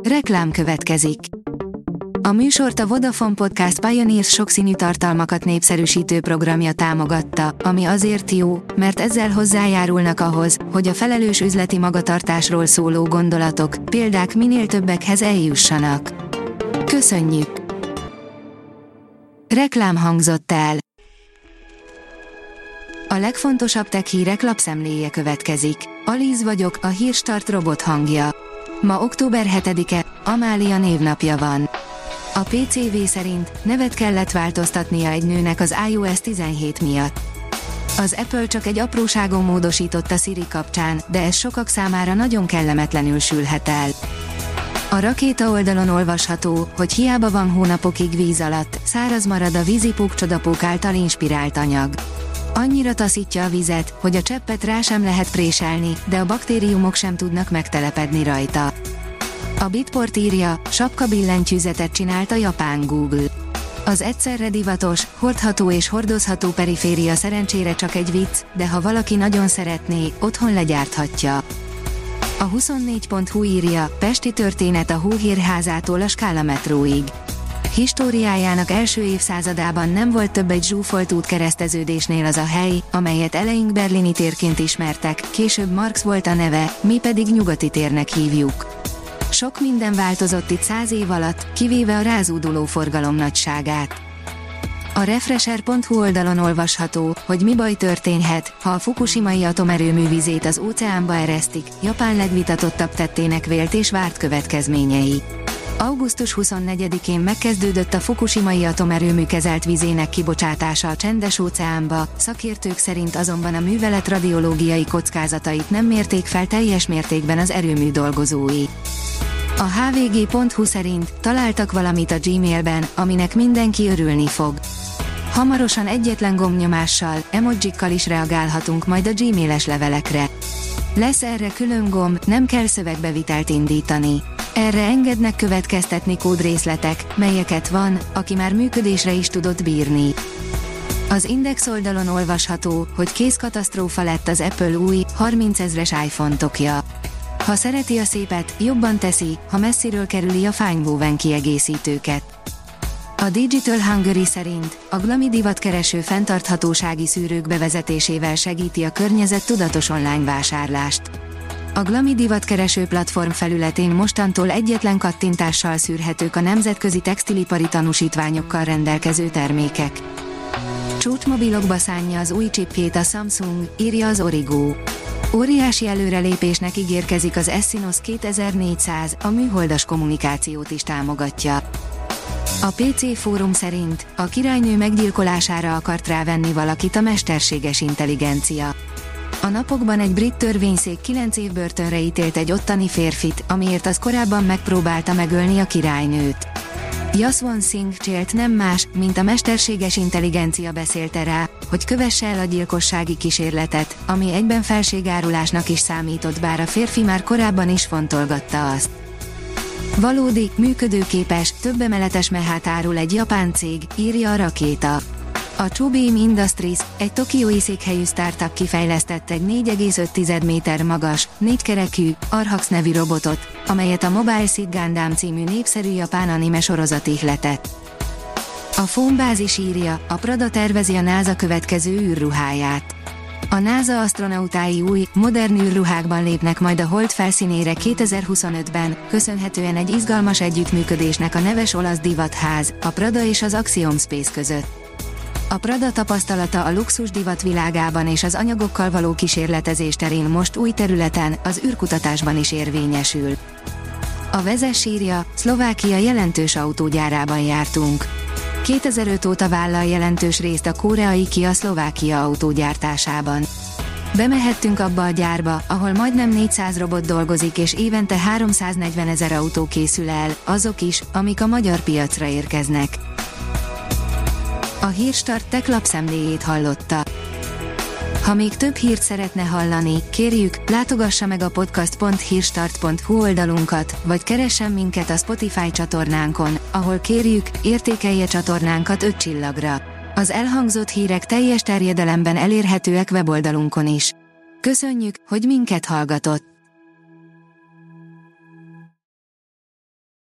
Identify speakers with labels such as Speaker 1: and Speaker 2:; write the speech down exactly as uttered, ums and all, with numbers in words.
Speaker 1: Reklám következik. A műsort a Vodafone Podcast Pioneers sokszínű tartalmakat népszerűsítő programja támogatta, ami azért jó, mert ezzel hozzájárulnak ahhoz, hogy a felelős üzleti magatartásról szóló gondolatok, példák minél többekhez eljussanak. Köszönjük! Reklám hangzott el. A legfontosabb tech hírek lapszemléje következik. Alíz vagyok, a Hírstart robot hangja. Ma október hetedike, Amália névnapja van. A pé cé vé szerint nevet kellett változtatnia egy nőnek az iOS tizenhét miatt. Az Apple csak egy apróságon módosított a Siri kapcsán, de ez sokak számára nagyon kellemetlenül sülhet el. A Rakéta oldalon olvasható, hogy hiába van hónapokig víz alatt, száraz marad a vízipók csodapók által inspirált anyag. Annyira taszítja a vizet, hogy a cseppet rá sem lehet préselni, de a baktériumok sem tudnak megtelepedni rajta. A Bitport írja, sapka billentyűzetet csinált a japán Google. Az egyszerre divatos, hordható és hordozható periféria szerencsére csak egy vicc, de ha valaki nagyon szeretné, otthon legyárthatja. A huszonnégy pont hu írja, pesti történet a Hóhérházától a Skála metróig. Históriájának első évszázadában nem volt több egy zsúfolt útkereszteződésnél az a hely, amelyet eleink berlini térként ismertek, később Marx volt a neve, mi pedig nyugati térnek hívjuk. Sok minden változott itt száz év alatt, kivéve a rázúduló forgalom nagyságát. A Refresher pont hu oldalon olvasható, hogy mi baj történhet, ha a fukushimai atomerőmű vizét az óceánba eresztik, Japán legvitatottabb tettének vélt és várt következményei. augusztus huszonnegyedikén megkezdődött a fukushimai atomerőmű kezelt vizének kibocsátása a Csendes-óceánba, szakértők szerint azonban a művelet radiológiai kockázatait nem mérték fel teljes mértékben az erőmű dolgozói. A há vé gé pont hu szerint találtak valamit a Gmailben, aminek mindenki örülni fog. Hamarosan egyetlen gombnyomással, emojikkal is reagálhatunk majd a Gmailes levelekre. Lesz erre külön gomb, nem kell szövegbevitelt indítani. Erre engednek következtetni kódrészletek, melyeket van, aki már működésre is tudott bírni. Az Index oldalon olvasható, hogy kézkatasztrófa lett az Apple új, harmincezres iPhone tokja. Ha szereti a szépet, jobban teszi, ha messziről kerüli a fányvóven kiegészítőket. A Digital Hungary szerint a Glami divatkereső fenntarthatósági szűrők bevezetésével segíti a környezettudatos online vásárlást. A Glami divatkereső platform felületén mostantól egyetlen kattintással szűrhetők a nemzetközi textilipari tanúsítványokkal rendelkező termékek. Csúcsmobilokba szánja az új chipjét a Samsung, írja az Origo. Óriási előrelépésnek ígérkezik az Exynos kétezer-négyszáz, a műholdas kommunikációt is támogatja. A pé cé Fórum szerint a királynő meggyilkolására akart rávenni valakit a mesterséges intelligencia. A napokban egy brit törvényszék kilenc év börtönre ítélt egy ottani férfit, amiért az korábban megpróbálta megölni a királynőt. Jaswant Singh célt nem más, mint a mesterséges intelligencia beszélte rá, hogy kövesse el a gyilkossági kísérletet, ami egyben felségárulásnak is számított, bár a férfi már korábban is fontolgatta azt. Valódi, működőképes, többemeletes mehát árul egy japán cég, írja a Rakéta. A Chubeam Industries, egy tokiói székhelyű startup kifejlesztett egy négy egész öt méter magas, négykerekű, Arhax nevű robotot, amelyet a Mobile Suit Gundam című népszerű japán anime sorozat ihletett. A Phonebázis írja, a Prada tervezi a NASA következő űrruháját. A NASA asztronautái új, modern űrruhákban lépnek majd a Hold felszínére kétezer-huszonötben, köszönhetően egy izgalmas együttműködésnek a neves olasz divatház, a Prada és az Axiom Space között. A Prada tapasztalata a luxus divat világában és az anyagokkal való kísérletezés terén most új területen, az űrkutatásban is érvényesül. A Vezess írja, Szlovákia jelentős autógyárában jártunk. kétezer-öt óta vállal jelentős részt a koreai Kia Szlovákia autógyártásában. Bemehettünk abba a gyárba, ahol majdnem négyszáz robot dolgozik és évente háromszáznegyvenezer autó készül el, azok is, amik a magyar piacra érkeznek. A Hírstart Tech lapszemléjét hallotta. Ha még több hírt szeretne hallani, kérjük, látogassa meg a podcast pont hírstart pont hu oldalunkat, vagy keressen minket a Spotify csatornánkon, ahol kérjük, értékelje csatornánkat öt csillagra. Az elhangzott hírek teljes terjedelemben elérhetőek weboldalunkon is. Köszönjük, hogy minket hallgatott!